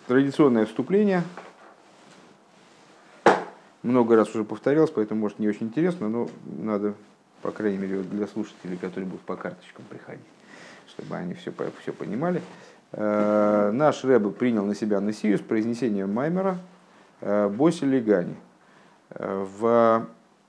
Традиционное вступление. Много раз уже повторялось, поэтому, может, не очень интересно, но надо, по крайней мере, для слушателей, которые будут по карточкам приходить, чтобы они все понимали. Наш Ребе принял на себя Несию с произнесением Маймера Боси Легани в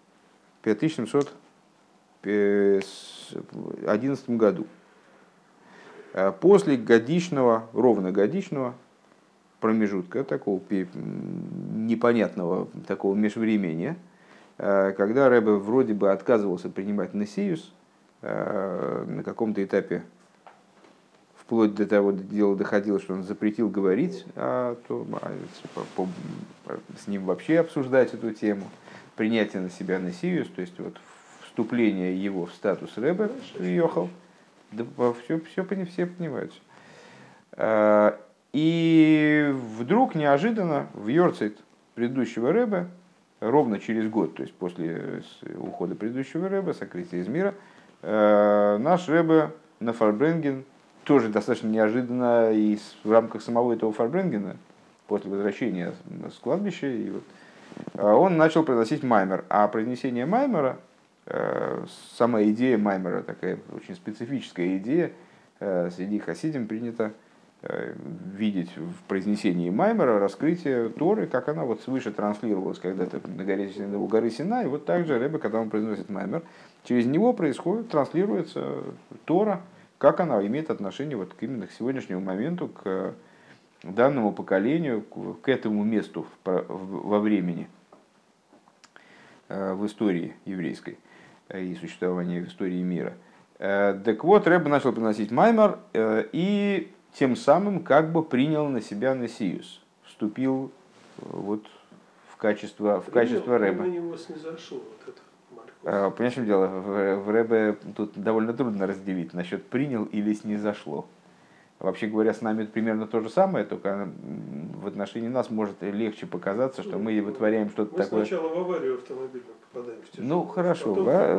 5711 году. После ровно годичного промежутка, такого непонятного такого межвремения, когда Ребе вроде бы отказывался принимать Несиюс на каком-то этапе, вплоть до того дело доходило, что он запретил говорить, с ним вообще обсуждать эту тему, принятие на себя Несиюс, то есть вот вступление его в статус Ребе Йохал. Да, все понимают. И вдруг неожиданно в Йорцейт предыдущего Ребе, ровно через год, то есть после ухода предыдущего Ребе, сокрытия из мира, наш Ребе на Фарбренген, тоже достаточно неожиданно и в рамках самого этого Фарбренгена, после возвращения с кладбища, и вот, он начал произносить Маймер. А произнесение Маймера, сама идея Маймера, такая очень специфическая идея, среди хасидим принято видеть в произнесении Маймера раскрытие Торы, как она вот свыше транслировалась когда-то на горы Синай, и вот так же Ребе, когда он произносит Маймер, через него транслируется Тора, как она имеет отношение вот именно к сегодняшнему моменту, к данному поколению, к этому месту во времени, в истории еврейской и существовании в истории мира. Так вот, Ребе начал приносить Маймер и тем самым как бы принял на себя Несиюс, вступил вот в качество Ребе. На него снизошло вот это. Понимаешь, в чем дело? В Ребе тут довольно трудно разделить насчет принял или снизошло. Вообще говоря, с нами примерно то же самое, только в отношении нас может легче показаться, что мы вытворяем что-то такое. Мы сначала в аварию автомобильную попадаем. Ну хорошо,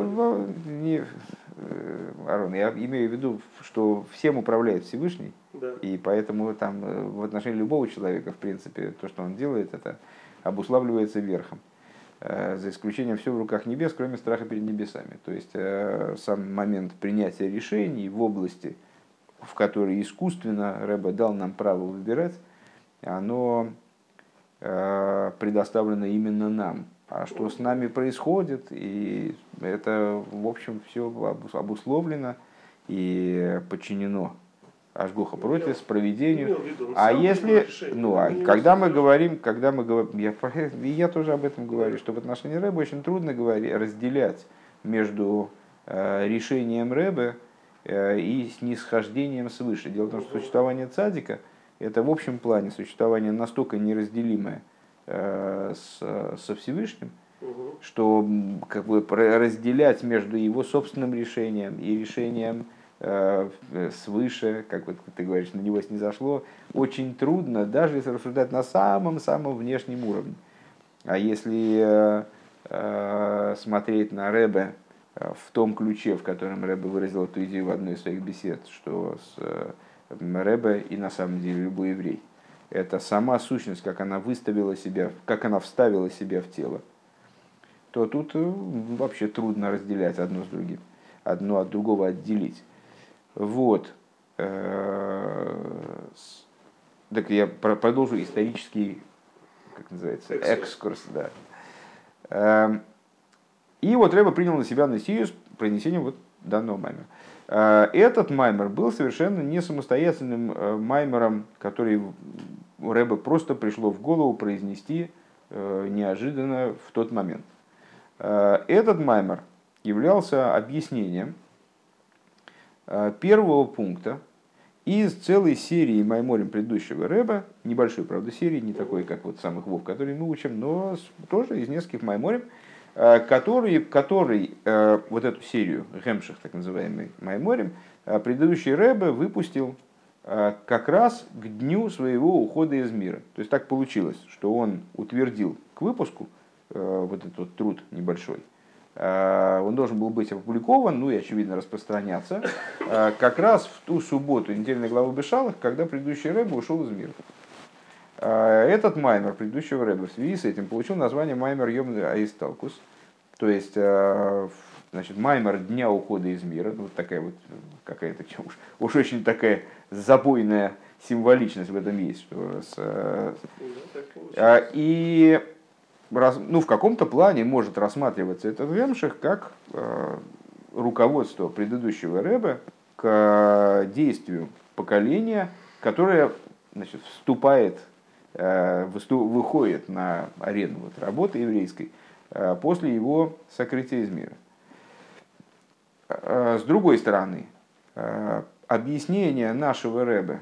Арон, я имею в виду, что всем управляет Всевышний, да. И поэтому там в отношении любого человека, в принципе, то, что он делает, это обуславливается верхом. За исключением все в руках небес, кроме страха перед небесами. То есть сам момент принятия решений в области, в которой искусственно Ребе дал нам право выбирать, оно предоставлено именно нам. А что с нами происходит, и это, в общем, все обусловлено и подчинено Ашгоха против провидению. А если, когда мы говорим, я тоже об этом говорю, что в отношении Ребе очень трудно разделять между решением Ребе и снисхождением свыше. Дело в том, что существование цадика — это в общем плане существование настолько неразделимое со Всевышним, что как бы разделять между его собственным решением и решением свыше, как вот ты говоришь, на него снизошло, очень трудно, даже если рассуждать на самом-самом внешнем уровне. А если смотреть на Ребе в том ключе, в котором Ребе выразил эту идею в одной из своих бесед, что Ребе и на самом деле любой еврей — это сама сущность, как она выставила себя, как она вставила себя в тело, то тут вообще трудно разделять одно с другим, одно от другого отделить. Вот. Так я продолжу исторический, как называется, экскурс. Да. И вот Ребе принял на себя Несию с произнесением вот данного Маймера. Этот Маймер был совершенно не самостоятельным Маймером, который Ребе просто пришло в голову произнести неожиданно в тот момент. Этот Маймер являлся объяснением первого пункта из целой серии майморим предыдущего Ребе, небольшой, правда, серии, не такой, как вот самых вов, которые мы учим, но тоже из нескольких майморим, который вот эту серию, Гемших, так называемый майморим, предыдущий Ребе выпустил как раз к дню своего ухода из мира. То есть так получилось, что он утвердил к выпуску вот этот вот труд небольшой, он должен был быть опубликован, ну и, очевидно, распространяться, как раз в ту субботу недельной главы Бешалах, когда предыдущий Ребе ушел из мира. этот маймер предыдущего рэба в связи с этим получил название маймер Йом Аисталкус, то есть значит, маймер дня ухода из мира, вот такая вот какая-то уж очень такая забойная символичность в этом есть. И ну, в каком-то плане может рассматриваться этот гемших как руководство предыдущего рэба к действию поколения, которое, значит, выходит на арену вот, работы еврейской после его сокрытия из мира. С другой стороны, объяснение нашим рэбе,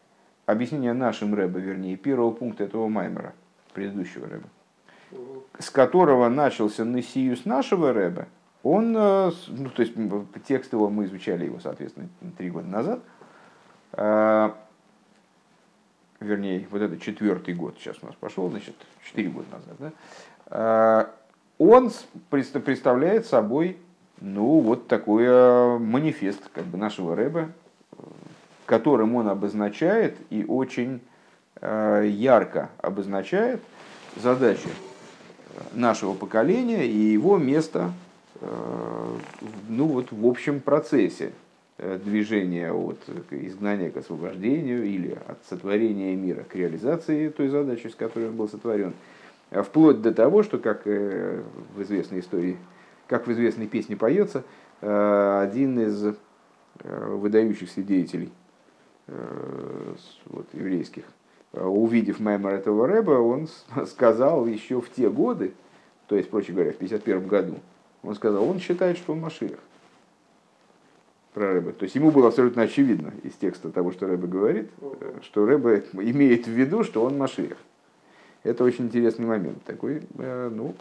вернее, первого пункта этого маймера, предыдущего рэба, с которого начался несиюс нашего рэба, он, ну, то есть текст его, мы изучали его, соответственно, 3 года назад, вернее, вот это 4-й год сейчас у нас пошел, значит, 4 года назад, да? Он представляет собой, ну, вот такой манифест как бы нашего рэба, которым он обозначает и очень ярко обозначает задачи нашего поколения и его место, ну, вот, в общем процессе движения от изгнания к освобождению или от сотворения мира к реализации той задачи, с которой он был сотворен, вплоть до того, что, как в известной истории, как в известной песне поется, один из выдающихся деятелей вот, еврейских, увидев маймер этого рэба, он сказал еще в те годы, то есть, проще говоря, в 1951 году, он сказал, он считает, что он Машиах. Про рэба. То есть ему было абсолютно очевидно из текста того, что рэба говорит, что рэба имеет в виду, что он Машиах. Это очень интересный момент такой. Ну.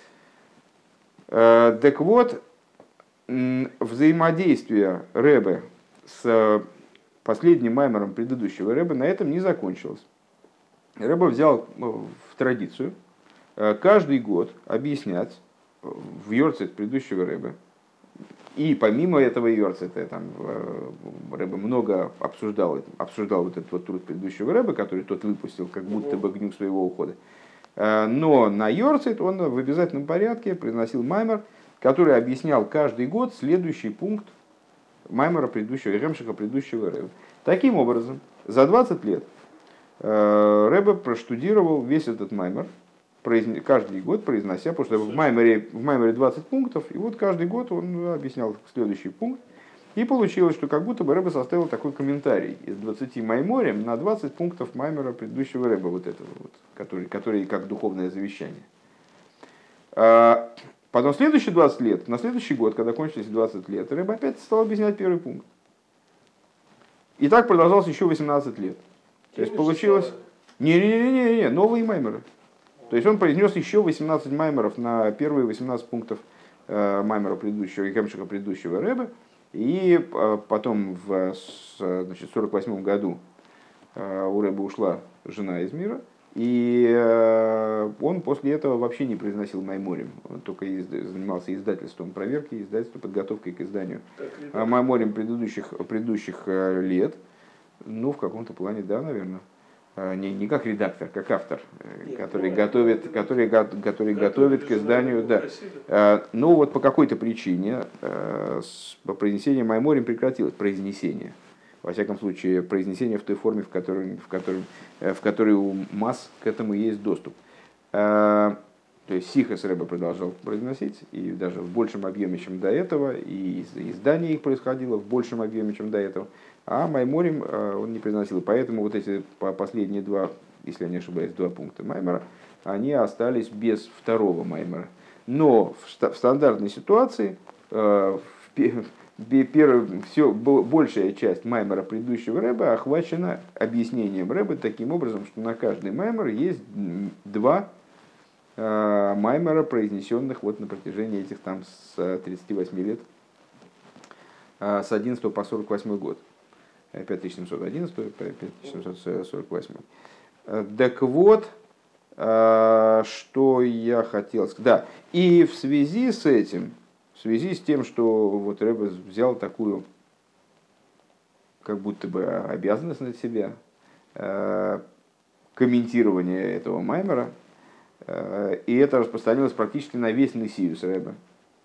Так вот, взаимодействие рэбе с последним маймером предыдущего рэба на этом не закончилось. Рэба взял в традицию каждый год объяснять в йорцет предыдущего рэба. И помимо этого йорцета, там рэба много обсуждал вот этот вот труд предыдущего рэба, который тот выпустил, как будто бы гнев своего ухода. Но на йорцет он в обязательном порядке произносил маймер, который объяснял каждый год следующий пункт маймера предыдущего, гемшиха предыдущего рэба. Таким образом, за 20 лет рэба проштудировал весь этот маймер, каждый год произнося, потому что в маймере 20 пунктов, и вот каждый год он объяснял следующий пункт, и получилось, что как будто бы рэба составил такой комментарий из 20 майморем на 20 пунктов маймера предыдущего рэба, вот этого вот, который как духовное завещание. Потом следующие 20 лет, на следующий год, когда кончились 20 лет, рэба опять стал объяснять первый пункт. И так продолжалось еще 18 лет. То есть получилось... Не, новые маймеры. То есть он произнес еще 18 маймеров на первые 18 пунктов маймера предыдущего, гемшиха предыдущего рэба. И потом в 1948 году у рэба ушла жена из мира. И он после этого вообще не произносил майморим. Он только занимался издательством проверки, издательством, подготовкой к изданию майморим предыдущих лет. Ну, в каком-то плане, да, наверное. Не как редактор, как автор, который готовит к изданию. Да. Но вот по какой-то причине произнесение майморим прекратилось. Произнесение. Во всяком случае, произнесение в той форме, в которой у масс к этому есть доступ. То есть сихас рэба продолжал произносить, и даже в большем объеме, чем до этого, и издание их происходило в большем объеме, чем до этого. А майморим он не произносил. И поэтому вот эти последние 2, если я не ошибаюсь, 2 пункта маймера, они остались без второго маймера. Но в стандартной ситуации большая часть маймера предыдущего рэба охвачена объяснением рэба таким образом, что на каждый маймер есть 2 маймера, произнесенных вот на протяжении этих там с 38 лет, с 11 по 48 год. 5711, 5748. Так вот, что я хотел сказать. Да, и в связи с этим, в связи с тем, что вот рэба взял такую, как будто бы обязанность на себя, комментирования этого маймера, и это распространилось практически на весь Несиус Ребе.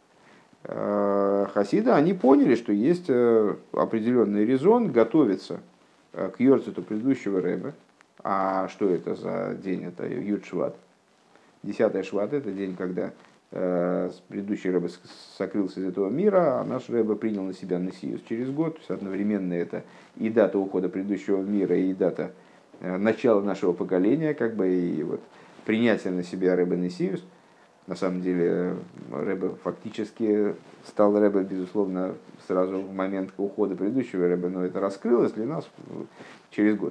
Хасиды, они поняли, что есть определенный резон готовиться к Йорцету предыдущего Ребе. А что это за день? Это Юд Шват. 10-й Шват – это день, когда предыдущий Ребе сокрылся из этого мира, а наш Ребе принял на себя Несиус через год. То есть одновременно это и дата ухода предыдущего мира, и дата начала нашего поколения, как бы, и вот принятие на себя Ребе Несиус. На самом деле Ребе фактически стал Ребе, безусловно, сразу в момент ухода предыдущего Ребе, но это раскрылось для нас через год.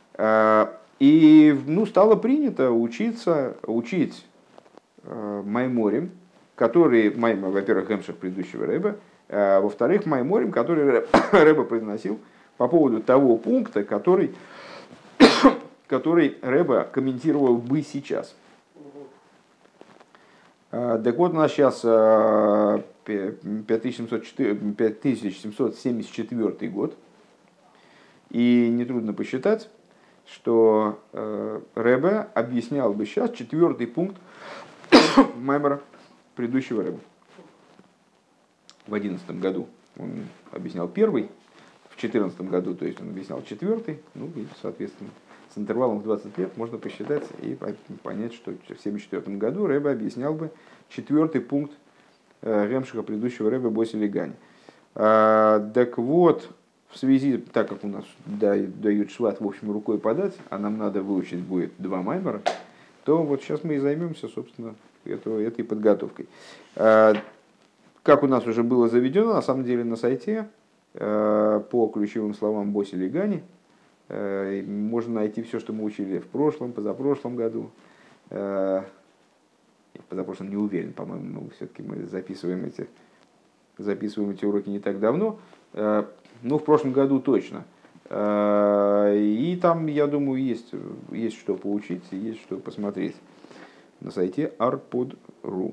И стало принято учить майморим, который, во-первых, гемшах предыдущего Ребе, во-вторых, майморим, который Ребе произносил по поводу того пункта, который Ребе комментировал бы сейчас. Так вот, у нас сейчас 5774 год, и нетрудно посчитать, что Ребе объяснял бы сейчас 4-й пункт маймера предыдущего Ребе. В 11 году он объяснял 1-й, в 14 году, то есть он объяснял 4-й, и, соответственно, с интервалом в 20 лет можно посчитать и понять, что в 1974 году Ребе объяснял бы 4-й пункт гемшиха предыдущего Ребе Боси Легани. Так вот, в связи, так как у нас дают шват, в общем, рукой подать, а нам надо выучить будет 2 маймера, то вот сейчас мы и займемся, собственно, этой подготовкой. Как у нас уже было заведено, на самом деле на сайте по ключевым словам Боси Легани можно найти все, что мы учили в прошлом, позапрошлом году. Позапрошлом не уверен, по-моему, все-таки мы записываем эти уроки не так давно. Но в прошлом году точно. И там, я думаю, есть что поучить, есть что посмотреть на сайте arpod.ru.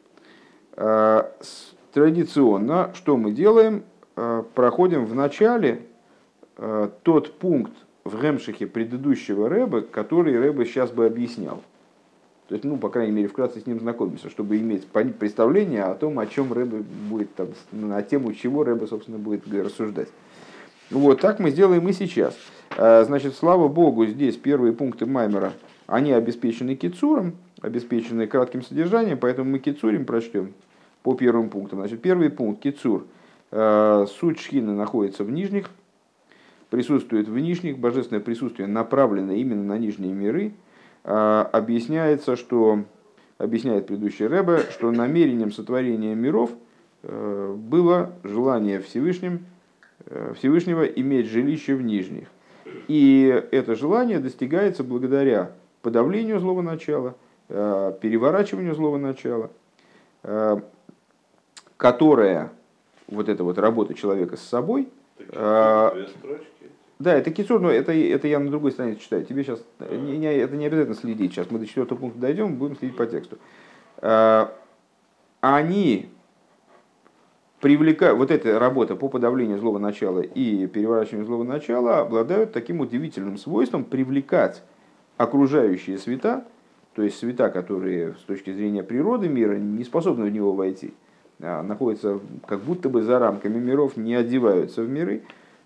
Традиционно, что мы делаем? Проходим в начале тот пункт в гемшихе предыдущего Ребе, который Ребе сейчас бы объяснял. То есть, по крайней мере, вкратце с ним знакомимся, чтобы иметь представление о том, о чем Ребе будет, на тему чего Ребе, собственно, будет рассуждать. Вот так мы сделаем и сейчас. Значит, слава Богу, здесь первые пункты маймера, они обеспечены кицуром, обеспечены кратким содержанием, поэтому мы кицурим прочтем по первым пунктам. Значит, первый пункт кицур. Суть шхины находится в нижних, присутствует в нижних, божественное присутствие направлено именно на нижние миры. Объясняет предыдущий Ребе, что намерением сотворения миров было желание Всевышнего иметь жилище в нижних. И это желание достигается благодаря подавлению злого начала, переворачиванию злого начала, которая, вот эта вот работа человека с собой. Да, это кицур, но это я на другой странице читаю. Тебе сейчас это не обязательно следить. Сейчас мы до 4-го пункта дойдем, будем следить по тексту. Они привлекают, вот эта работа по подавлению злого начала и переворачиванию злого начала обладают таким удивительным свойством привлекать окружающие света, то есть света, которые с точки зрения природы мира не способны в него войти, находятся как будто бы за рамками миров, не одеваются в миры,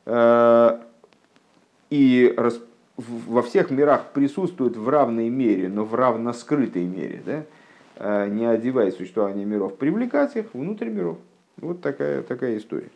и во всех мирах присутствуют в равной мере, но в равно скрытой мере, да? Не одевая существование миров, привлекать их внутрь миров. Вот такая история.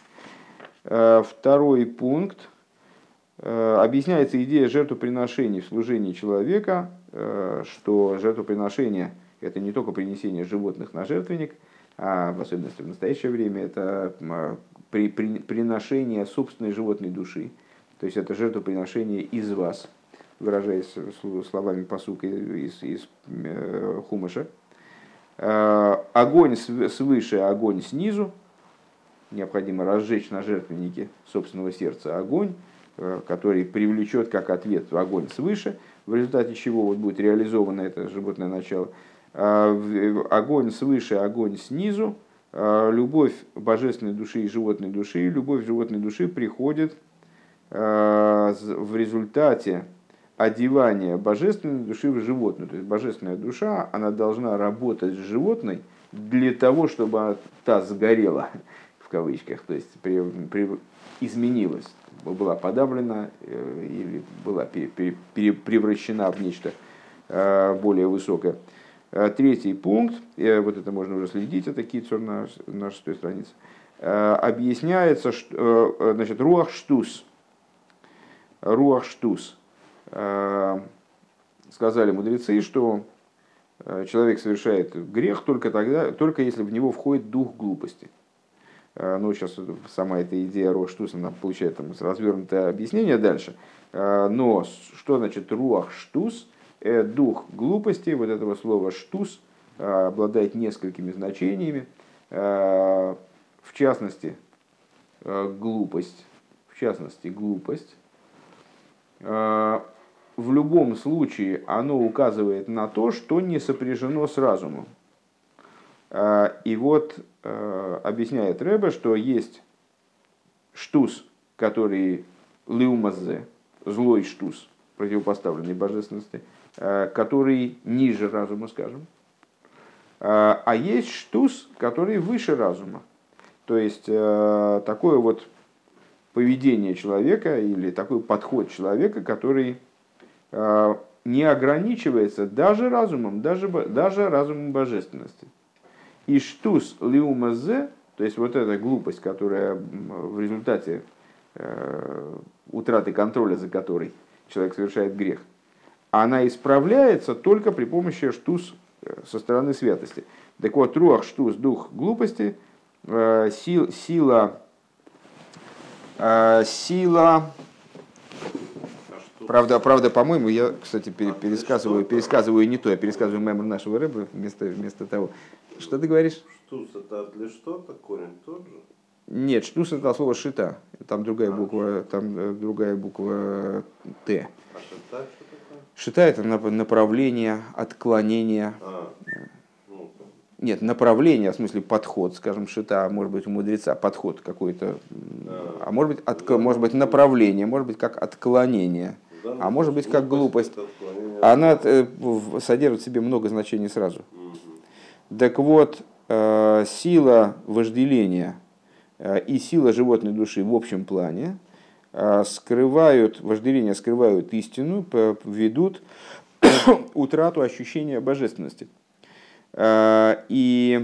Второй пункт. Объясняется идея жертвоприношений в служении человека, что жертвоприношение – это не только принесение животных на жертвенник, а в особенности в настоящее время это приношение собственной животной души. То есть это жертвоприношение из вас, выражаясь словами пасука из Хумаша. Огонь свыше, огонь снизу. Необходимо разжечь на жертвеннике собственного сердца огонь, который привлечет как ответ огонь свыше, в результате чего будет реализовано это животное начало. Огонь свыше, огонь снизу. Любовь божественной души и животной души. Любовь животной души приходит в результате одевание божественной души в животную. То есть божественная душа, она должна работать с животной для того, чтобы та сгорела, в кавычках, то есть изменилась, была подавлена или была превращена в нечто более высокое. Третий пункт, вот это можно уже следить, это Кицур на 6-й странице, объясняется, что, значит, руах штус. Руах штус. Сказали мудрецы, что человек совершает грех только тогда, только если в него входит дух глупости. Ну, сейчас сама эта идея руах штус, она получает там развернутое объяснение дальше. Но что значит руах штус? Дух глупости, вот этого слова штус, обладает несколькими значениями. В частности, глупость. В любом случае оно указывает на то, что не сопряжено с разумом. И вот объясняет Ребе, что есть штус, который леумазе, злой штус, противопоставленный божественности, который ниже разума, скажем. А есть штус, который выше разума. То есть такое вот поведение человека или такой подход человека, который не ограничивается даже разумом, даже разумом божественности. И штус лиумазе, то есть вот эта глупость, которая в результате утраты контроля, за которой человек совершает грех, она исправляется только при помощи штус со стороны святости. Так вот, руах штус, дух глупости, сила. Правда, по-моему, я, кстати, пересказываю не то, я пересказываю мемор нашего Ребе вместо того. Что ты говоришь? Штус это для что-то, корень тот же? Нет, штус это слово шита. Там другая буква Т. А шита что такое? Шита это направление, отклонение. Нет, направление, в смысле подход, скажем, шита, может быть, у мудреца подход какой-то, а может быть направление, может быть как отклонение, а может быть как глупость. Она содержит в себе много значений сразу. Так вот, сила вожделения и сила животной души в общем плане вожделение скрывают истину, ведут утрату ощущения божественности. И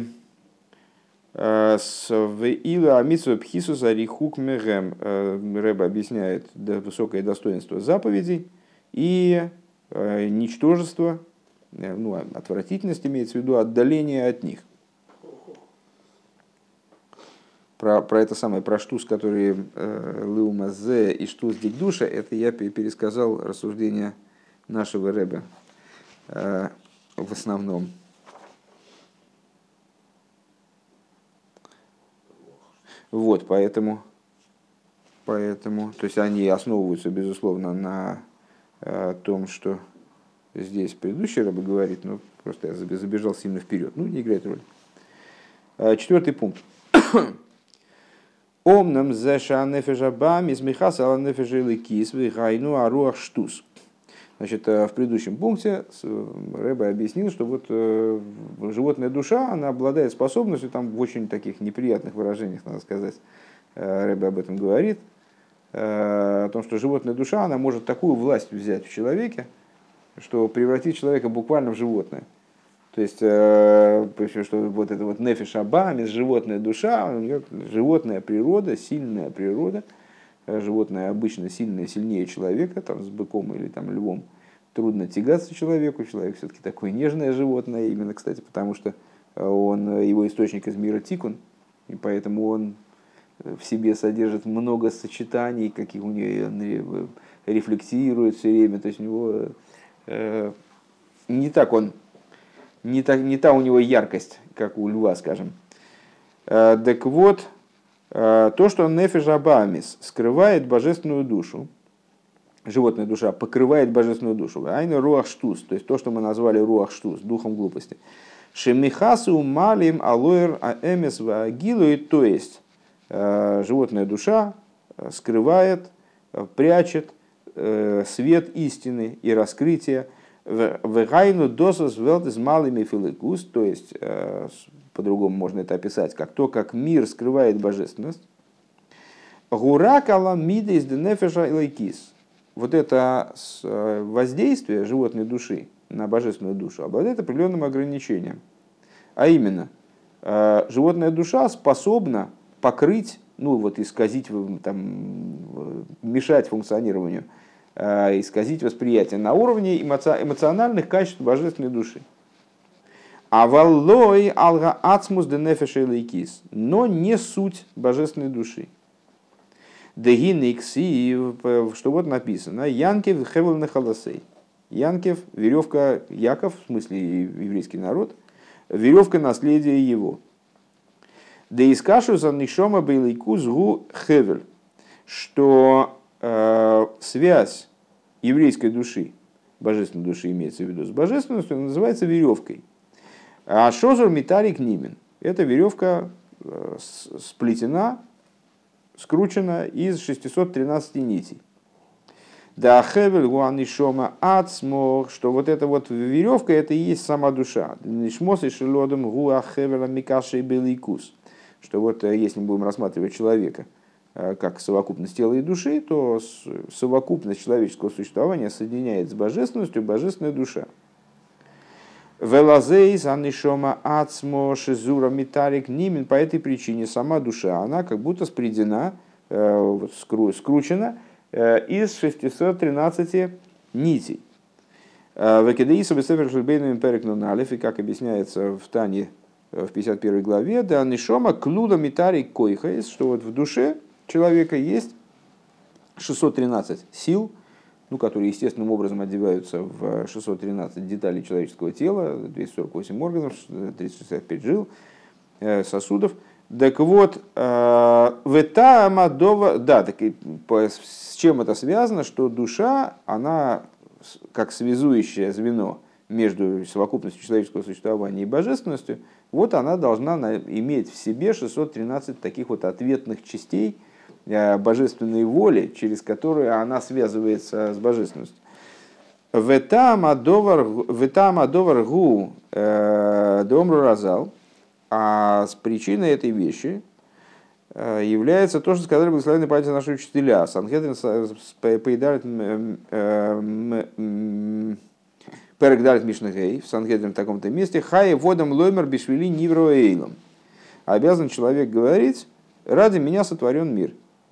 Ила Амитсу Пхисуса Рихук Мегем Рэбе объясняет высокое достоинство заповедей и ничтожество, отвратительность имеется в виду, отдаление от них. Про это самое, про штус, который Леумазе и штус Дикдуша, это я пересказал рассуждения нашего Рэбе в основном. Вот, поэтому, то есть они основываются, безусловно, на том, что здесь предыдущий Рэбе говорит, но просто я забежал сильно вперед, не играет роли. 4 пункт. Омнам зэша нефежабам из михаса ала нефежелы кис вихайну аруах штус. Значит, в предыдущем пункте Рэбе объяснил, что вот животная душа, она обладает способностью, там в очень таких неприятных выражениях, надо сказать, Рэбе об этом говорит, о том, что животная душа, она может такую власть взять в человеке, что превратить человека буквально в животное. То есть, что вот это вот нефеш абамис, животная душа, у нее животная природа, сильная природа. Животное обычно сильнее человека, там, с быком или там, львом. Трудно тягаться человеку, человек все-таки такое нежное животное, именно, кстати, потому что его источник из мира тикун, и поэтому он в себе содержит много сочетаний, каких у него рефлексирует все время, то есть у него не та у него яркость, как у льва, скажем. Так вот, то, что нефеш абамис скрывает божественную душу, животная душа покрывает божественную душу, айна руах штус, то есть то, что мы назвали руах штус, духом глупости. Шемихасу малим алоэр аэмес ваагилуй, то есть животная душа скрывает, прячет свет истины и раскрытие. Вегайну досос велтес малыми филикус, то есть, по-другому можно это описать, как то, как мир скрывает божественность. Гуракала мидейс денефеша илайкис. Вот это воздействие животной души на божественную душу обладает определенным ограничением. А именно, животная душа способна покрыть, ну вот исказить, там, мешать функционированию, исказить восприятие на уровне эмоциональных качеств божественной души. А валлой алга ацмус де нефеша лейкис, но не суть божественной души. Дегиникси, что вот написано, Янкев хевел нахаласей. Янкев, веревка Яков, в смысле еврейский народ, веревка наследия его. Да искашу за нишома бейлейкус гу хевель, что связь еврейской души, божественной души имеется в виду, с божественностью, называется веревкой. А шозур митарик нимен. Эта веревка сплетена, скручена из 613 нитей. Да хевель гуанишома ацмо, что вот эта вот веревка, это и есть сама душа. Нишмос и шелодом гуа хевеля микаши беликус. Что вот если мы будем рассматривать человека как совокупность тела и души, то совокупность человеческого существования соединяет с божественностью божественная душа. Велазейс анишома ацмо шизура митарик нимин. По этой причине сама душа, она как будто спредена, скручена из 613 нитей. Векедеису бесефер шельбейну империк нуналев, и как объясняется в Тане в 51 главе, да анишома клуда митарик койхаис, что вот в душе человека есть 613 сил, ну, которые естественным образом одеваются в 613 деталей человеческого тела, 248 органов, 365 жил, сосудов. Так вот, с чем это связано, что душа, она как связующее звено между совокупностью человеческого существования и божественностью, вот она должна иметь в себе 613 таких вот ответных частей, божественной воли, через которую она связывается с божественностью. Ветам адовар гу домру разал, а с причиной этой вещи является то, что сказали благословенные памяти наши учителя. Санхедрин поедает перегдарит Мишнагей в Санхедрин в таком-то месте. Хай водом лоймер бишвили нивро эйлом. Обязан человек говорить: ради меня сотворен мир.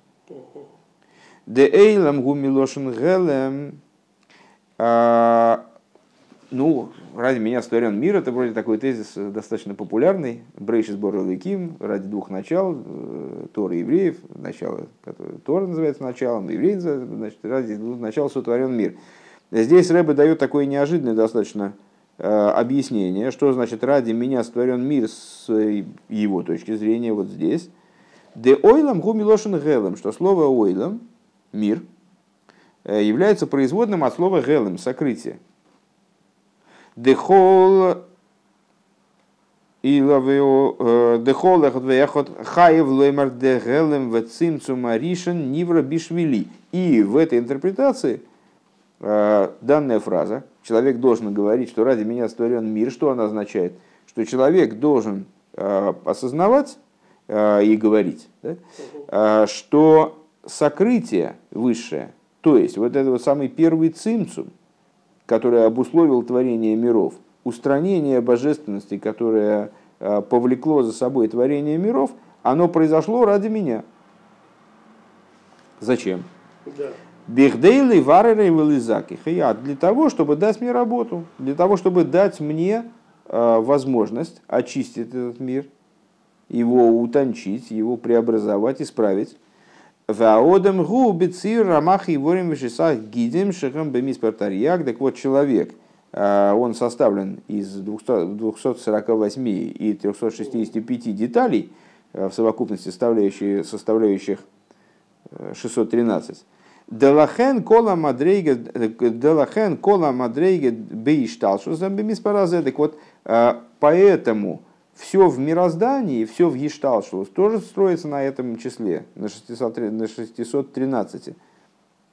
Де эйлам гу милошен гелем. Ну, ради меня сотворен мир, это вроде такой тезис достаточно популярный. Брейшис бор элоким, ради двух начал, Торы и евреев, начало, которое Тора называется началом, евреи, значит, ради двух начал сотворен мир. Здесь Рэбе дает такое неожиданное достаточно объяснение, что значит ради меня сотворен мир с его точки зрения вот здесь. Де ойлам гу милошен гелем, что слово ойлам, мир, является производным от слова гелем, сокрытие. Дехол хаев лоймар де гелем вецимцум аришен нивра бишвили. И в этой интерпретации данная фраза, человек должен говорить, что ради меня сотворен мир, что она означает? Что человек должен осознавать и говорить, да, что сокрытие высшее, то есть вот этот вот самый первый цимцум, который обусловил творение миров, устранение божественности, которое повлекло за собой творение миров, оно произошло ради меня. Зачем? Бихдейлы вареры вылизаки. Для того, чтобы дать мне работу, для того, чтобы дать мне возможность очистить этот мир, его утончить, его преобразовать, исправить. Ваодам губицир рамах и ворим вишисах гидем шехам бемиспартарьяк. Так вот, человек, он составлен из 248 и 365 деталей, в совокупности составляющих 613. Делахен кола мадрейга бейштал, что за бемиспаразе. Так вот, поэтому все в мироздании, все в Гешталшус тоже строится на этом числе, на 613.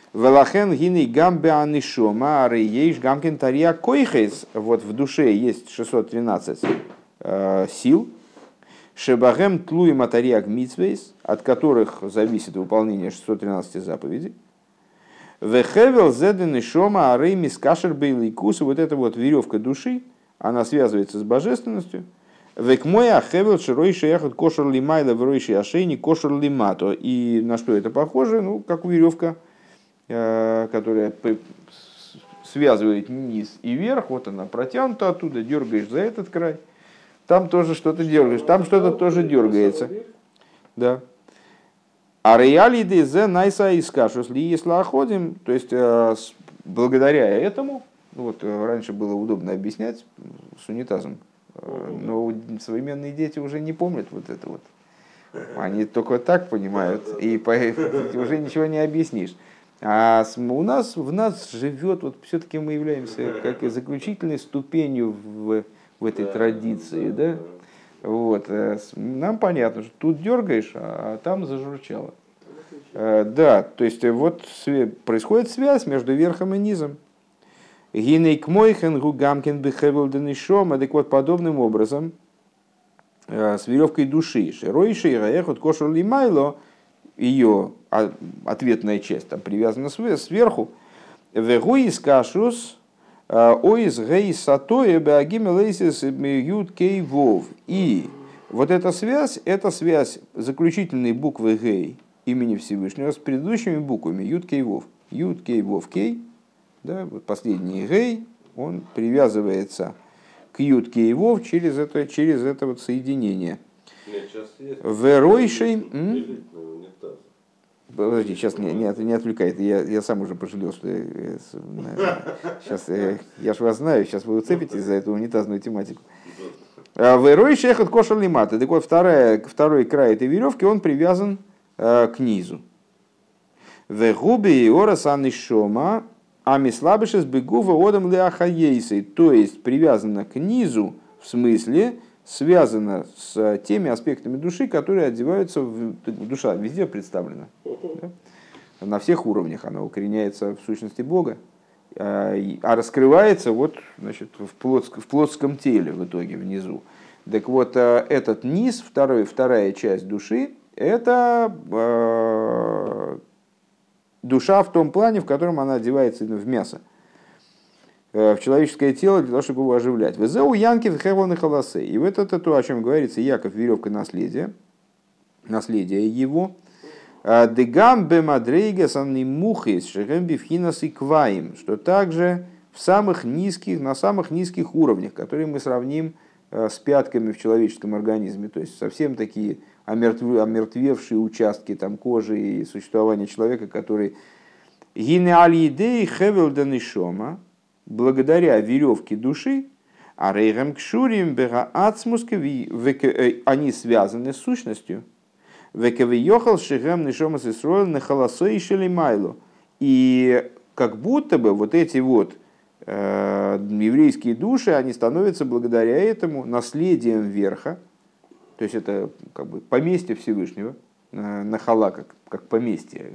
Велахен гиней гамбе анишома арейеш гамкин тария койхес. Вот в душе есть 613 сил. Шебагем тлуи матария гмитсвейс, от которых зависит выполнение 613 заповедей. Вехевел зеден нишома арей мискашер бейликус. Вот эта вот веревка души, она связывается с божественностью. Векмоя хевел широй шеяхат кошер лимайла вройший ошейни кошер лимато. И на что это похоже? Ну, как веревка, которая связывает низ и верх. Вот она протянута оттуда, дергаешь за этот край. Там тоже что-то дергаешь, там что-то тоже дергается. Да. А реалиды зе найса искашус ли если оходим, то есть благодаря этому, вот раньше было удобно объяснять с унитазом, но современные дети уже не помнят вот это вот. Они только так понимают, и уже ничего не объяснишь. А в нас живет, вот все-таки мы являемся как и заключительной ступенью в этой традиции, да? Вот. Нам понятно, что тут дергаешь, а там зажурчало. Да, то есть вот происходит связь между верхом и низом. Гинейк мойхен гугамкин бихевел денишома. Так вот, подобным образом с веревкой души широйший гаехот кошер лимайло, ее ответная часть там привязана сверху. Вегуис кашус оис гей сатоэ беагим лейсис ют кей вов. И вот эта связь заключительной буквы гей имени Всевышнего с предыдущими буквами ют кей вов. Ют кей вов кей, да, вот последний гей, он привязывается к ют кей вов через это вот соединение. Веройшей. Подожди, сейчас не отвлекает. Я сам уже пожалел, что сейчас я ж вас знаю, сейчас вы уцепитесь за эту унитазную тематику. Верой шехат кошер лимата. Так вот, второй край этой веревки, он привязан к низу. Вегуби и орасан нишома, амислабишес бегува одам леахаейсей. То есть привязана к низу, в смысле связана с теми аспектами души, которые одеваются в душа, везде представлена. Да? На всех уровнях она укореняется в сущности Бога, а раскрывается вот, значит, в плотском теле в итоге, внизу. Так вот, этот низ, вторая часть души, это душа в том плане, в котором она одевается в мясо, в человеческое тело, для того, чтобы его оживлять. Везеу янки в хевон и холосе. И вот это то, о чем говорится, Яков, веревка наследия, наследие его. Дегам бемадрейга санни мухис шехем бифхинас и кваим, что также на самых низких уровнях, которые мы сравним с пятками в человеческом организме, то есть совсем такие омертвевшие участки там, кожи и существования человека, который гине алидей хевел данишома, благодаря веревке души, а рейгам кшурим бега ацмускови, они связаны с сущностью. Вековиехал шигам нишома сисроил на холосой и шелимайло. И как будто бы вот эти вот еврейские души, они становятся благодаря этому наследием верха. То есть это как бы поместье Всевышнего, нахала как поместье.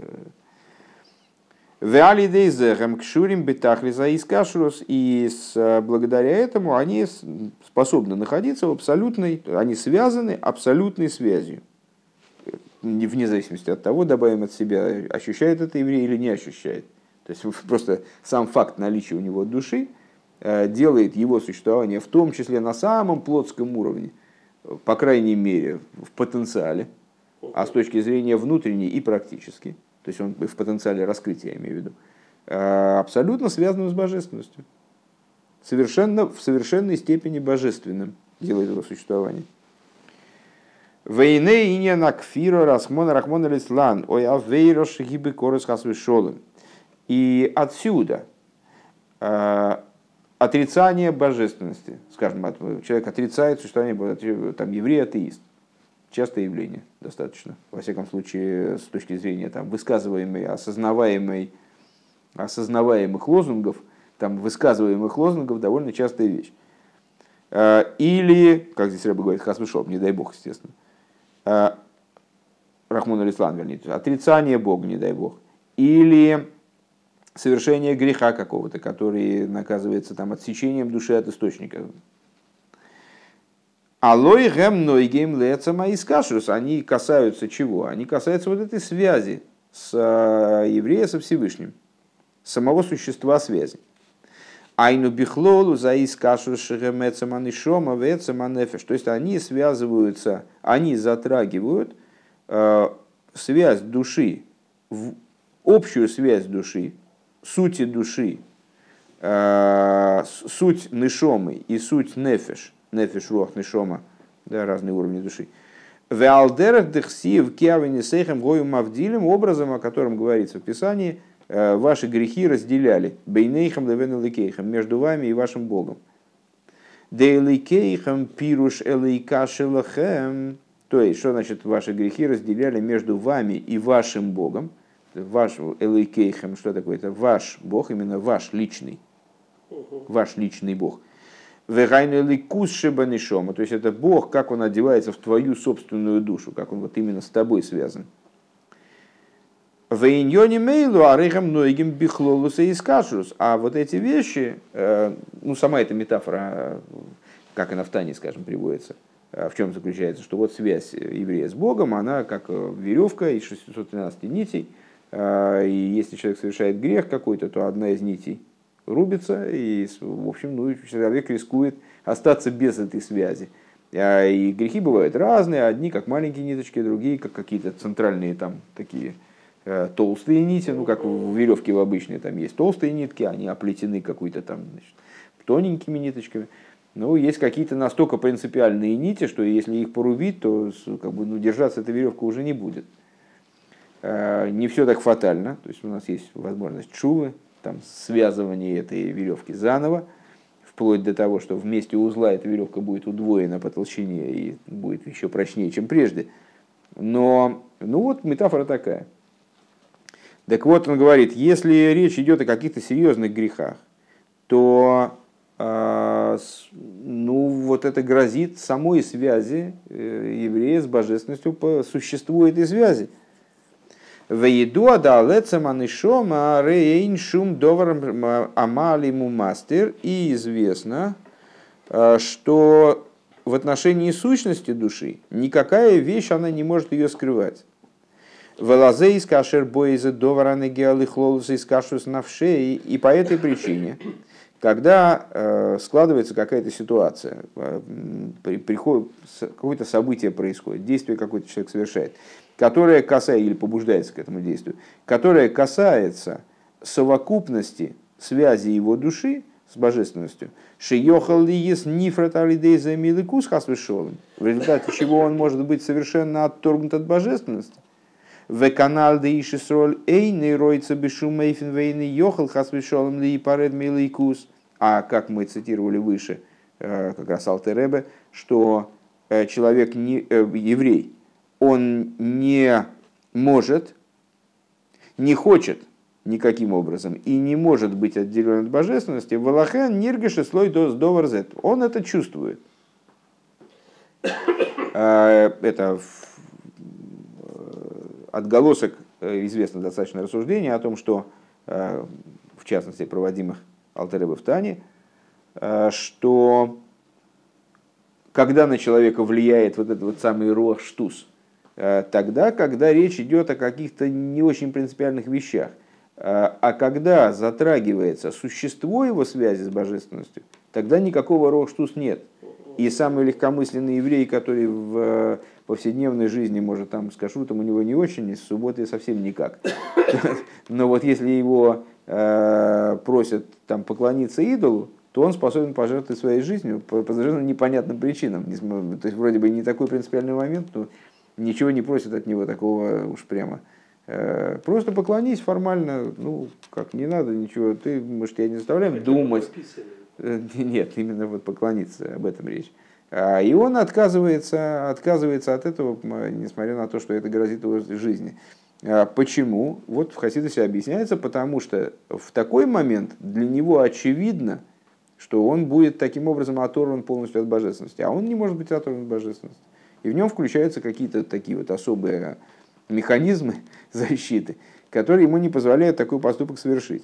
И благодаря этому они способны находиться в абсолютной, они связаны абсолютной связью. Вне зависимости от того, добавим от себя, ощущает это еврей или не ощущает. То есть просто сам факт наличия у него души делает его существование, в том числе на самом плотском уровне, по крайней мере в потенциале, а с точки зрения внутренней и практически, то есть он в потенциале раскрытия, я имею в виду, абсолютно связанным с божественностью. В совершенной степени божественным делает его существование. Вейне иня накфира расмона рахмона лислан ой авейро шигибы корос хасвешолым. И отсюда отрицание божественности, скажем, человек отрицает существование Бога, там еврей атеист, частое явление достаточно, во всяком случае, с точки зрения там, высказываемой, осознаваемых лозунгов, там, высказываемых лозунгов довольно частая вещь. Или, как здесь Рэбе говорит, хасвешолым, не дай Бог, естественно, Рахмон алислан, вернее, отрицание Бога, не дай Бог. Или совершения греха какого-то, который наказывается там отсечением души от источника. Алой гэм нойгем лецама и скашус. Они касаются чего? Они касаются вот этой связи с евреем со Всевышним, самого существа связи. Айну бихлолу за искашус шегемецама нишома вецама нефеш. То есть они связываются, они затрагивают связь души, общую связь души, сути души, суть нишомы и суть нефеш. Нефеш, руах, нишома, да, разные уровни души. Веалдерах дехсив киавини сейхем гою мавдилем, образом, о котором говорится в Писании, ваши грехи разделяли бейнейхем левен эликейхем, между вами и вашим Богом. Де эликейхем пируш элейкашелахем, то есть, что значит ваши грехи разделяли между вами и вашим Богом. Ваш элейкейхем, что такое? Это ваш Бог, именно ваш личный Бог. Вегайну элейкус шебанишома, то есть это Бог, как он одевается в твою собственную душу, как он вот именно с тобой связан. Вейньони мейлу арейхам многим бихлолуса и скашус. А вот эти вещи, ну сама эта метафора, как она в Тане, скажем, приводится, в чем заключается, что вот связь еврея с Богом, она как веревка из 613 нитей, и если человек совершает грех какой-то, то одна из нитей рубится, и, в общем, ну, человек рискует остаться без этой связи. И грехи бывают разные, одни как маленькие ниточки, другие как какие-то центральные там такие толстые нити, ну как в веревке в обычной, там есть толстые нитки, они оплетены какой-то там, значит, тоненькими ниточками. Но есть какие-то настолько принципиальные нити, что если их порубить, то как бы, ну, держаться эта веревка уже не будет. Не все так фатально, то есть у нас есть возможность шувы, там, связывание этой веревки заново, вплоть до того, что вместе узла эта веревка будет удвоена по толщине и будет еще прочнее, чем прежде. Но, ну вот, метафора такая. Так вот, он говорит, если речь идет о каких-то серьезных грехах, то ну, вот это грозит самой связи еврея с божественностью по существу этой связи. Вейду адалецам анишом арейн шум доварам амалиму мастер. И известно, что в отношении сущности души никакая вещь она не может ее скрывать. Велазей скашер боизе довараны геалихлолусы скашус навшей. И по этой причине, когда складывается какая-то ситуация, какое-то событие происходит, действие какой-то человек совершает, которое касается, или побуждается к этому действию, которое касается совокупности связи его души с божественностью, шиёхал ли ес нифрат алидей за миликус хасвешолым, в результате чего он может быть совершенно отторгнут от божественности. В канал де ишисроль эйный ройца бешум эйфен вейны йохал хасвешолым ли паред миликус. А как мы цитировали выше, как раз Алтер Ребе, что человек, еврей, он не может, не хочет никаким образом и не может быть отделен от божественности. Валахен ниргеши слой доварзет. Он это чувствует. Это отголосок известного достаточно рассуждения о том, что, в частности, проводимых Алтер Ребе в Тане, что когда на человека влияет вот этот вот самый руах штус, тогда, когда речь идет о каких-то не очень принципиальных вещах, а когда затрагивается существо его связи с божественностью, тогда никакого руах штус нет. И самый легкомысленный еврей, который в повседневной жизни, может, там с кашрутом у него не очень, и с субботой совсем никак. Но вот если его просят там поклониться идолу, то он способен пожертвовать своей жизнью по совершенно непонятным причинам. То есть вроде бы не такой принципиальный момент, но ничего не просят от него такого уж прямо. Просто поклонись формально, ну как, не надо ничего, ты, может, тебя не заставляем думать. Нет, именно вот поклониться, об этом речь. И он отказывается от этого, несмотря на то, что это грозит его жизни. Почему? Вот в Хасидусе объясняется, потому что в такой момент для него очевидно, что он будет таким образом оторван полностью от божественности, а он не может быть оторван от божественности. И в нем включаются какие-то такие вот особые механизмы защиты, которые ему не позволяют такой поступок совершить.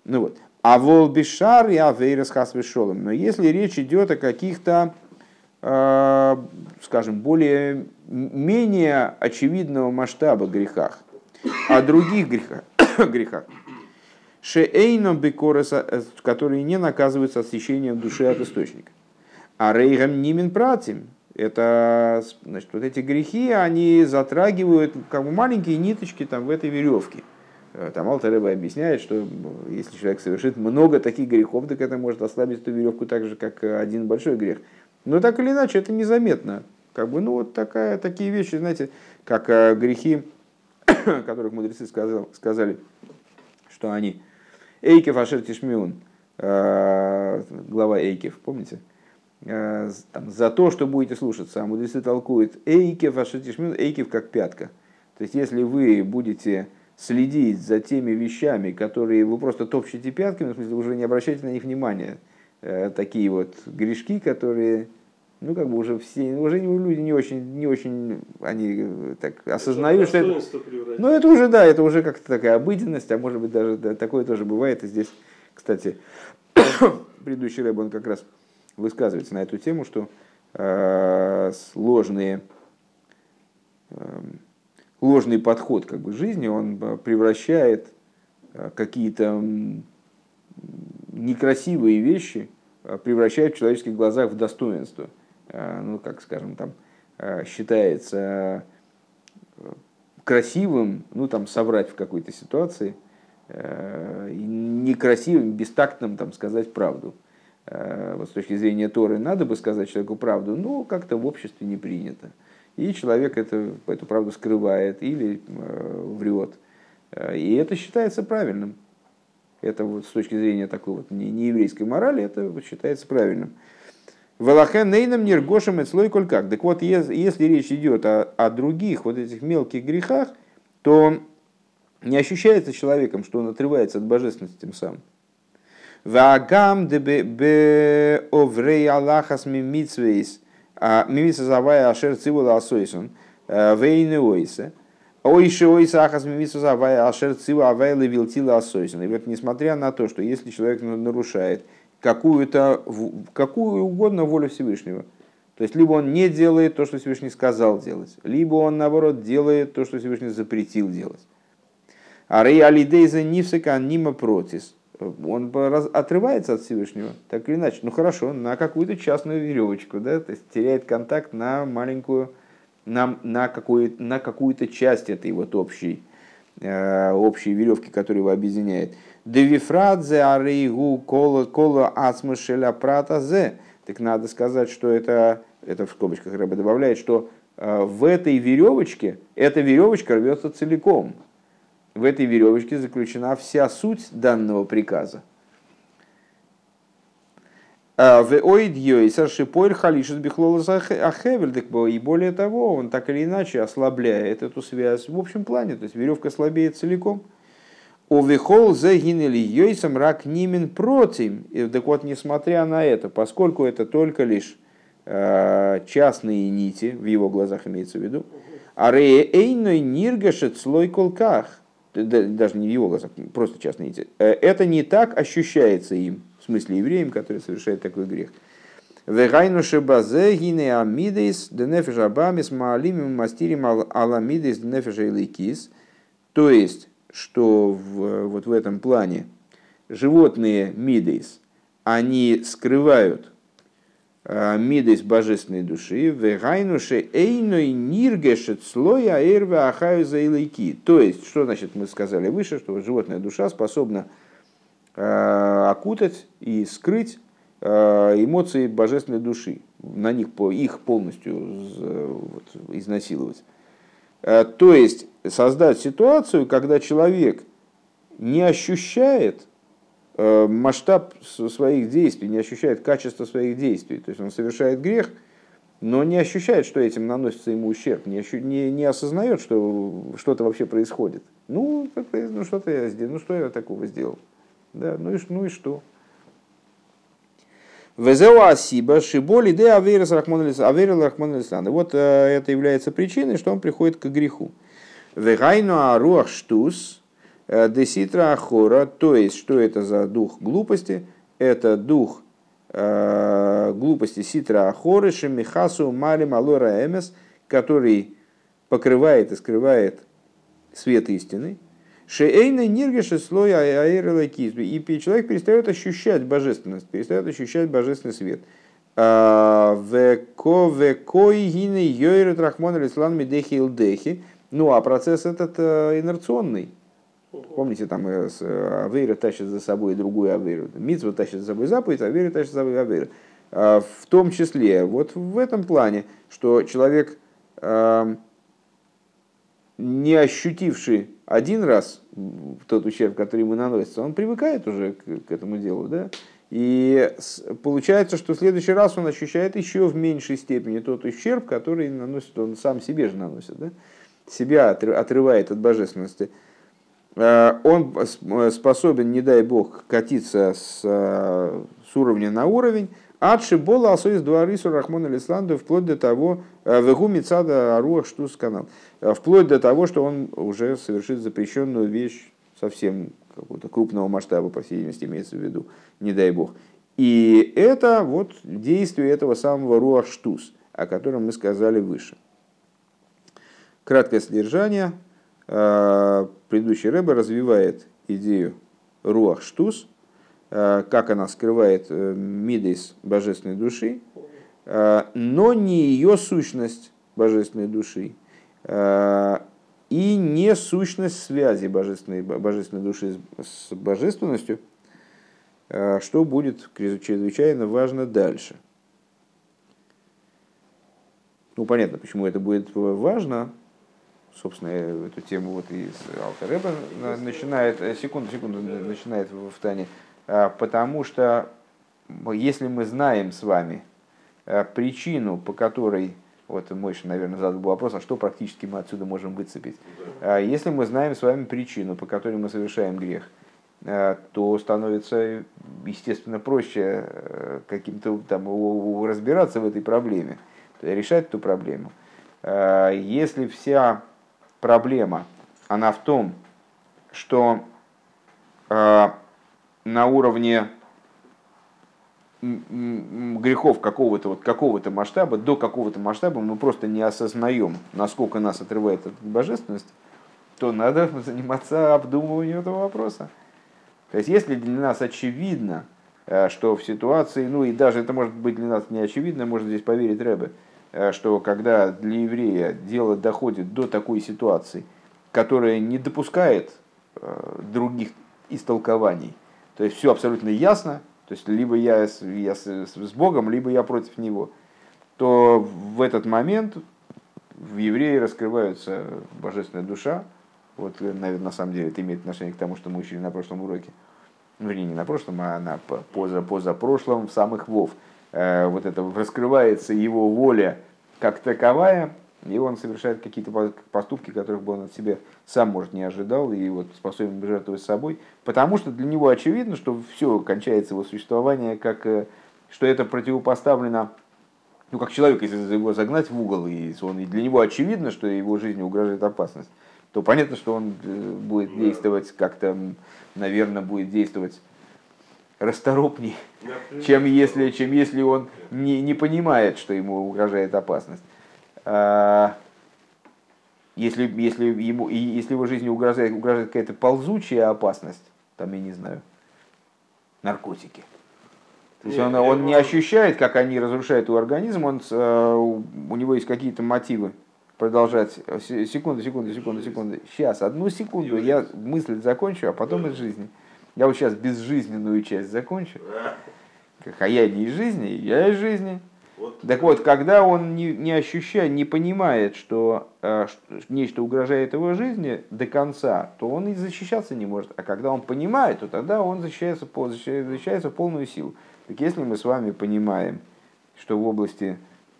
Ну вот. А волбишар и авейрас хасвешолом. Но если речь идет о каких-то, скажем, более менее очевидного масштаба грехах, о других грехах, шеэйном бекореса, которые не наказываются освящением души от источника. А рейгам нимин пратим, это, значит, вот эти грехи, они затрагивают как бы маленькие ниточки там в этой веревке. Там Алтер Ребе объясняет, что если человек совершит много таких грехов, так это может ослабить эту веревку так же, как один большой грех. Но так или иначе, это незаметно. Как бы, ну, вот такие вещи, знаете, как грехи, которых мудрецы сказали, что они Эйкев Ашер Тишмиун, глава Эйкев, помните? Там, за то, что будете слушаться, а мудрецы толкуют Эйкев Ашер Тишмиун, Эйкев как пятка. То есть, если вы будете следить за теми вещами, которые вы просто топчете пятками, в смысле, уже не обращайте на них внимания, такие вот грешки, которые, ну, как бы уже все, уже люди не очень они так осознают, что это, ну, это уже, да, это уже как-то такая обыденность, а может быть, даже да, такое тоже бывает. И здесь, кстати, предыдущий рэб, он как раз высказывается на эту тему, что ложный подход как бы, к жизни, он превращает какие-то некрасивые вещи, превращает в человеческих глазах в достоинство. Ну, как, скажем, там считается красивым, ну, там, соврать в какой-то ситуации, и некрасивым, бестактным, там, сказать правду. Вот с точки зрения Торы надо бы сказать человеку правду, но как-то в обществе не принято. И человек эту правду скрывает или врет. И это считается правильным. Это вот с точки зрения такой вот нееврейской морали, это вот считается правильным. Валахен нейном ниргошем и слой коль как. Так вот, если речь идет о других вот этих мелких грехах, то не ощущается человеком, что он отрывается от божественности тем самым. Ваагам дебе оврей Аллахас мимитсвейс мимитса завая ашер цивула асойсон вейны ойсе. Ойши ойса ахас мимитса завая ашер цивула авайла вилтила асойсон. И вот несмотря на то, что если человек нарушает какую угодно волю Всевышнего, то есть либо он не делает то, что Всевышний сказал делать, либо он наоборот делает то, что Всевышний запретил делать. А рей алидейза нифсека нима протис. Он отрывается от Всевышнего, так или иначе. Ну хорошо, на какую-то частную веревочку, да, то есть теряет контакт на маленькую, на какую-то часть этой вот общей веревки, которая его объединяет. Девифрадзе арейгу кола ацмышеля пратазе. Так надо сказать, что это в скобочках Рэбе добавляет, что в этой веревочке, эта веревочка рвется целиком. В этой веревочке заключена вся суть данного приказа. И более того, он так или иначе ослабляет эту связь в общем плане, то есть веревка слабеет целиком. Овехол загинели йойсам рак нимен против. Так вот, несмотря на это, поскольку это только лишь частные нити, в его глазах имеется в виду, арея эйной ниргашет слой колках, даже не в его глазах, просто частные нити, это не так ощущается им, в смысле евреям, которые совершают такой грех. Вегайнуши базе гине амидейс денефеш абамис маалимим мастирим аламидейс денефеш эйликис. То есть, что вот в этом плане животные мидейс, они скрывают мидейс божественной души, вегайнуши эйной ниргешет слоя эрве ахаю заилайки. То есть, что значит мы сказали выше, что животная душа способна окутать и скрыть эмоции божественной души, на них их полностью изнасиловать. То есть создать ситуацию, когда человек не ощущает масштаб своих действий, не ощущает качество своих действий. То есть он совершает грех, но не ощущает, что этим наносится ему ущерб, не осознает, что что-то вообще происходит. Что-то я сделал, что я такого сделал? Да, ну и что? Везеуасиба шиболи де аверил рахмон лислан. Вот это является причиной, что он приходит к греху. Вегайну аруах штус деситра ахора, то есть, что это за дух глупости? Это дух глупости ситра ахоры шемихасу марим алора эмес, который покрывает и скрывает свет истины. Шеэйна ниргеши слоя аэрола кизби. И человек перестает ощущать божественность, перестает ощущать божественный свет. Векой гины йойрет рахмон алислан медехи илдехи. Ну а процесс этот инерционный. Помните, там авейра тащит за собой другую авейру. Мицва тащит за собой заповедь, авейра тащит за собой авейру. В том числе, вот в этом плане, что человек, не ощутивший один раз тот ущерб, который ему наносится, он привыкает уже к этому делу. Да? И получается, что в следующий раз он ощущает еще в меньшей степени тот ущерб, который наносит, он сам себе же наносит. Да? Себя отрывает от божественности. Он способен, не дай бог, катиться с уровня на уровень, отшибола асоис дворы сурахмона лисланду, вплоть до того, вегу мицада аруах штус канал, вплоть до того, что он уже совершит запрещенную вещь совсем какого-то крупного масштаба, по всей видимости, имеется в виду, не дай бог. И это вот действие этого самого руах штус, о котором мы сказали выше. Краткое содержание. Предыдущий Ребе развивает идею руах штус, как она скрывает мидейс божественной души, но не ее сущность божественной души и не сущность связи божественной души с божественностью, что будет чрезвычайно важно дальше. Ну, понятно, почему это будет важно. Собственно, эту тему вот из Алтер Ребе начинает, начинает в Тане, потому что если мы знаем с вами причину, по которой, вот Мойша, наверное, задал вопрос, а что практически мы отсюда можем выцепить? Если мы знаем с вами причину, по которой мы совершаем грех, то становится, естественно, проще каким-то там разбираться в этой проблеме, решать эту проблему. Если вся проблема, она в том, что на уровне грехов какого-то масштаба, до какого-то масштаба мы просто не осознаем, насколько нас отрывает от божественности, то надо заниматься обдумыванием этого вопроса. То есть, если для нас очевидно, что в ситуации, ну и даже это может быть для нас не очевидно, можно здесь поверить Ребе, что когда для еврея дело доходит до такой ситуации, которая не допускает других истолкований, то есть все абсолютно ясно, то есть либо я с Богом, либо я против Него, то в этот момент в евреи раскрывается божественная душа. Вот, наверное, на самом деле это имеет отношение к тому, что мы учили на прошлом уроке. Вернее, не на прошлом, а на позапрошлом, в самых Вов. Вот это раскрывается его воля как таковая, и он совершает какие-то поступки, которых бы он от себя сам, может, не ожидал, и вот способен жертвовать собой, потому что для него очевидно, что все кончается его существование, что это противопоставлено, ну, как человек, если его загнать в угол, и для него очевидно, что его жизни угрожает опасность, то понятно, что он будет действовать как-то, наверное, будет действовать расторопней, чем если он не понимает, что ему угрожает опасность. Если его жизни угрожает какая-то ползучая опасность, там, я не знаю, наркотики. То есть он не ощущает, как они разрушают его организм, у него есть какие-то мотивы продолжать. Секунду. Сейчас, одну секунду, я мысль закончу, а потом из жизни. Я вот сейчас безжизненную часть закончу. А я не из жизни, я из жизни. Так вот, когда он не ощущает, не понимает, что нечто угрожает его жизни до конца, то он и защищаться не может. А когда он понимает, то тогда он защищается в полную силу. Так если мы с вами понимаем, что в области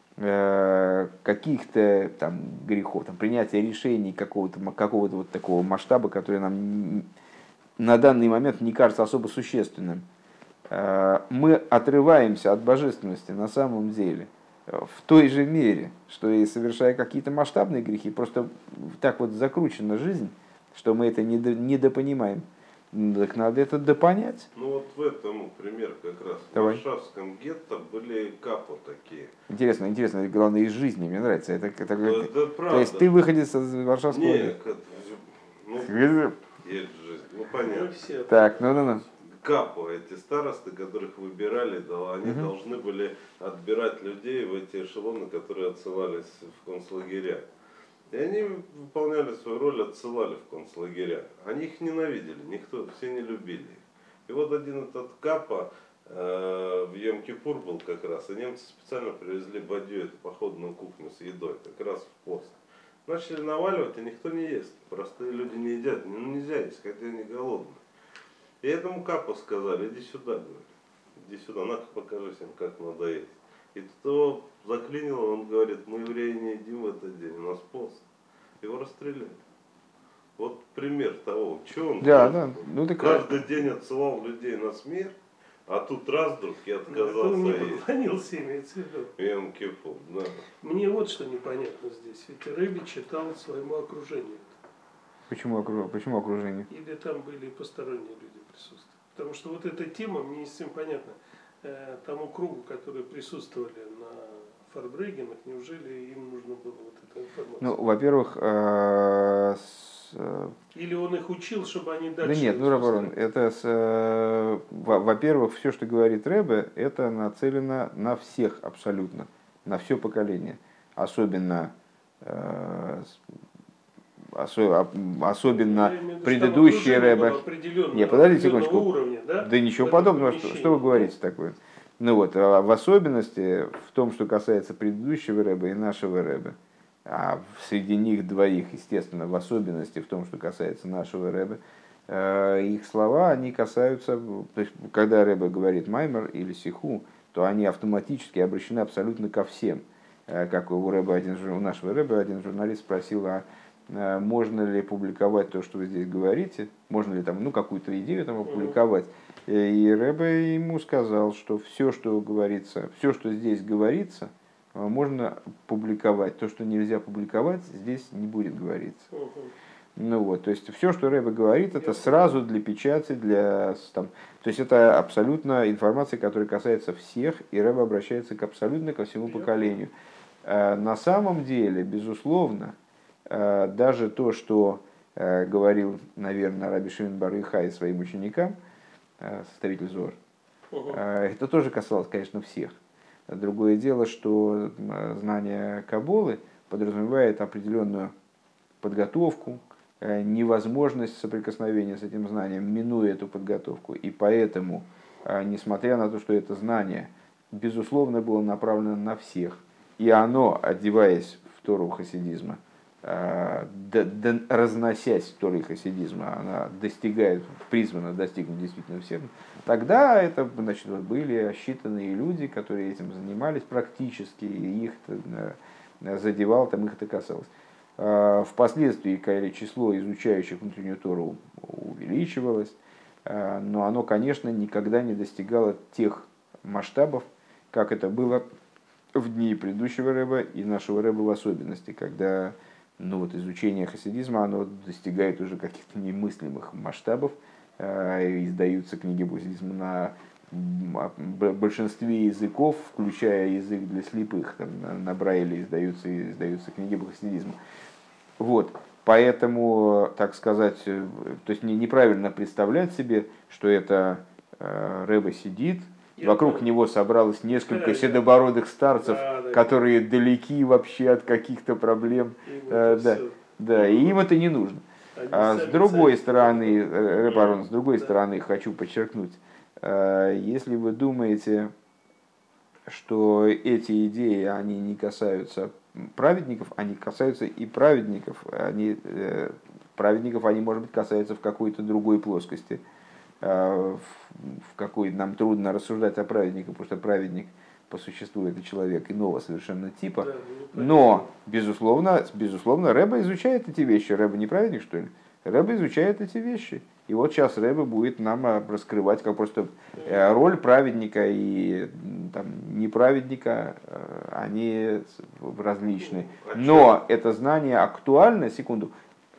каких-то там грехов, там, принятия решений какого-то вот такого масштаба, который нам на данный момент не кажется особо существенным, мы отрываемся от божественности на самом деле в той же мере, что и совершая какие-то масштабные грехи, просто так вот закручена жизнь, что мы это недопонимаем. Так надо это допонять. Ну вот в этом пример как раз. Давай. В Варшавском гетто были капо такие. Интересно, это главное из жизни, мне нравится. Это Это то есть правда. ты выходец из Варшавского Нет, гетто. ну, есть жизнь. Ну Мы понятно. все Так, ну. Капо, эти старосты, которых выбирали, да, они должны были отбирать людей в эти эшелоны, которые отсылались в концлагеря. И они выполняли свою роль, отсылали в концлагеря. Они их ненавидели, никто, все не любили их. И вот один этот Капо в Йом-Кипур был как раз, и немцы специально привезли бадью, эту походную кухню с едой, как раз в пост. Начали наваливать, и никто не ест. Простые люди не едят, ну нельзя есть, хотя они голодные. И этому Капо сказали, иди сюда, говорит, иди сюда, на-ка покажи всем, как надо есть. И тут его заклинило, он говорит, мы евреи не едим в этот день, у нас пост. Его расстреляли. Вот пример того, что он Да. Ну так каждый день отсылал людей на смерть, а тут раз вдруг и отказался он не есть. поклонился, имеется в виду. Йом-Кипур, да. Мне вот что непонятно здесь. Ведь Рэбби читал своему окружению. почему окружение? Или там были и посторонние люди присутствовали. Потому что вот эта тема, мне не совсем понятна. Тому кругу, которые присутствовали на Фарбрегенах, неужели им нужно было вот эта информация? Ну, во-первых, Или он их учил, чтобы они дальше... да нет, ну, Рабарон, это, во-первых, все, что говорит Рэбе, это нацелено на всех абсолютно, на все поколение. Особенно предыдущие Рэбе. Не, подождите секундочку. Уровня, да? Да ничего подобного, что вы говорите такое. Ну вот, в особенности в том, что касается предыдущего Рэбе и нашего Рэбе, а среди них двоих, естественно, в особенности в том, что касается нашего Рэбе, их слова, они касаются, то есть, когда Рэбе говорит маймер или сиху, то они автоматически обращены абсолютно ко всем. Как у нашего Рэбе один журналист спросил, можно ли публиковать то, что вы здесь говорите, можно ли там, какую-то идею там опубликовать. И Рэбе ему сказал, что все, что говорится, все, что здесь говорится, можно публиковать. То, что нельзя публиковать, здесь не будет говориться. Ну вот, то есть все, что Рэбе говорит, это сразу для печати, то есть это абсолютно информация, которая касается всех, и Рэбе обращается абсолютно ко всему поколению. На самом деле, безусловно, даже то, что говорил, наверное, Раби Шимон бар Йохай своим ученикам, составитель Зоар, это тоже касалось, конечно, всех. Другое дело, что знание Каббалы подразумевает определенную подготовку, невозможность соприкосновения с этим знанием, минуя эту подготовку. И поэтому, несмотря на то, что это знание, безусловно, было направлено на всех, и оно, одеваясь в Тору хасидизма, разносясь в Тору хасидизма, она призвана достигнуть действительно всем, тогда это, значит, были считанные люди, которые этим занимались практически, и их задевал, там их это касалось. Впоследствии число изучающих внутреннюю Тору увеличивалось, но оно, конечно, никогда не достигало тех масштабов, как это было в дни предыдущего Рэба и нашего Рэба в особенности, когда изучение хасидизма оно достигает уже каких-то немыслимых масштабов, издаются книги по хасидизму на большинстве языков, включая язык для слепых, на Брайле издаются книги по хасидизму. Вот. Поэтому, так сказать, то есть неправильно представлять себе, что это Рэбе сидит, вокруг него собралось несколько седобородых старцев, которые далеки вообще от каких-то проблем. Да, и им это не нужно. С другой стороны, Рэбе, с другой стороны, хочу подчеркнуть, если вы думаете, что эти идеи, они не касаются праведников, они касаются и праведников. Праведников они, может быть, касаются в какой-то другой плоскости, в какой нам трудно рассуждать о праведнике, потому что праведник по существу это человек иного совершенно типа. Но, безусловно, Рэбе изучает эти вещи. Рэбе не праведник, что ли? Рэбе изучает эти вещи. И вот сейчас Рэбе будет нам раскрывать как просто роль праведника и неправедника, они различны. Но это знание актуально, секунду,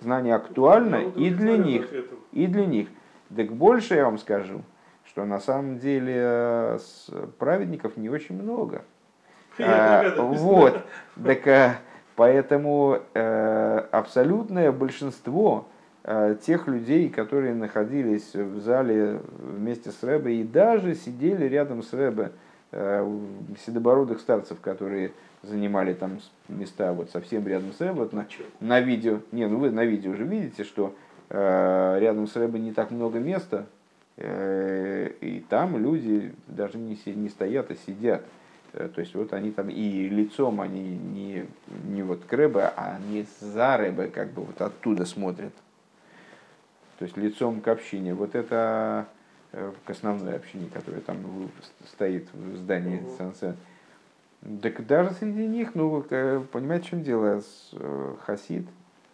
знание актуально Я и для удовлетворен них, ответом. и для них. Так больше я вам скажу, что на самом деле праведников не очень много. Я догадываюсь. Вот. Так, поэтому абсолютное большинство тех людей, которые находились в зале вместе с Ребе и даже сидели рядом с Ребе, седобородых старцев, которые занимали там места вот совсем рядом с Ребе, вот на видео, ну вы на видео уже видите, что рядом с Ребе не так много места, и там люди даже не стоят, а сидят. То есть вот они там и лицом они не вот к Ребе, а они за Ребе, как бы вот оттуда смотрят. То есть лицом к общине. Вот это к основной общине, которая там стоит в здании Сансен. Так даже среди них, ну, понимаете, в чем дело, хасид,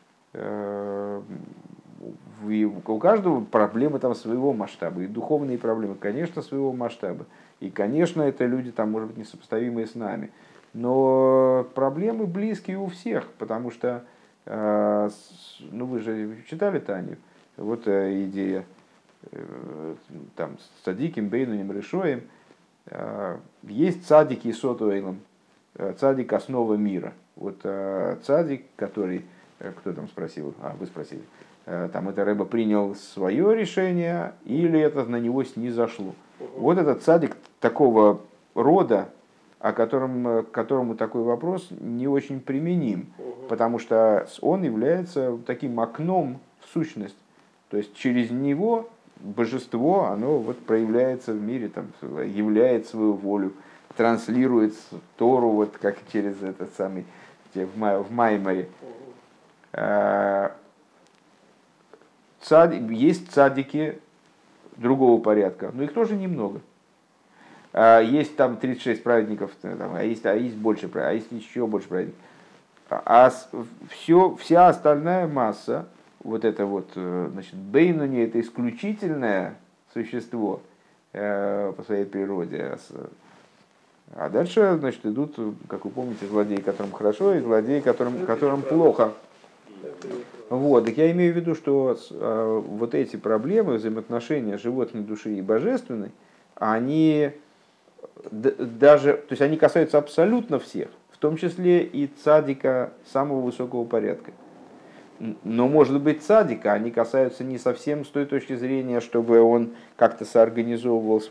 у каждого проблемы там своего масштаба, и духовные проблемы, конечно, своего масштаба. И, конечно, это люди там, может быть, несопоставимые с нами. Но проблемы близкие у всех, потому что, ну, вы же читали Таню, вот идея там, с цадиким, бейнуним, решоем. Есть цадик и сотуэйлом, цадик основа мира. Вот цадик, который, кто там спросил, вы спросили, там это Рэбе принял свое решение или это на него снизошло. Вот этот цадик такого рода, к которому такой вопрос не очень применим, потому что он является таким окном в сущность. То есть через него божество, оно вот проявляется в мире, там, являет свою волю, транслирует Тору, вот как через этот самый, в Майморе. Есть цадики другого порядка, но их тоже немного. Есть там 36 праведников, а есть больше, а есть еще больше праведников. Вся остальная масса, вот это вот, значит, бейнуни, это исключительное существо по своей природе. А дальше, значит, идут, как вы помните, злодеи, которым хорошо, и злодеи, которым плохо. Вот, так я имею в виду, что вот эти проблемы взаимоотношения животной души и божественной, они даже, то есть они касаются абсолютно всех, в том числе и цадика самого высокого порядка. Но, может быть, цадика, они касаются не совсем с той точки зрения, чтобы он как-то соорганизовывал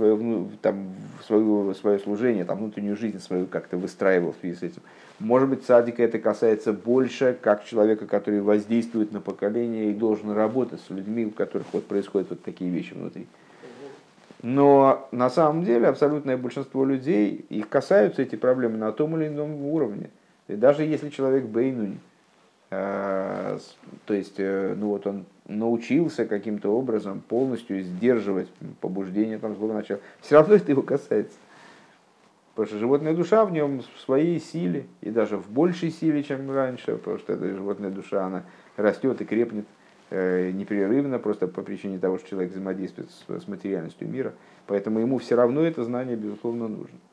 свое служение, там, внутреннюю жизнь свою как-то выстраивал в связи с этим. Может быть, цадика это касается больше как человека, который воздействует на поколение и должен работать с людьми, у которых вот происходят вот такие вещи внутри. Но на самом деле абсолютное большинство людей, их касаются эти проблемы на том или ином уровне. И даже если человек бейнуни, то есть, ну вот он научился каким-то образом полностью сдерживать побуждение там, злого начала, все равно это его касается. Потому что животная душа в нем в своей силе, и даже в большей силе, чем раньше, потому что эта животная душа, она растет и крепнет непрерывно, просто по причине того, что человек взаимодействует с материальностью мира. Поэтому ему все равно это знание, безусловно, нужно.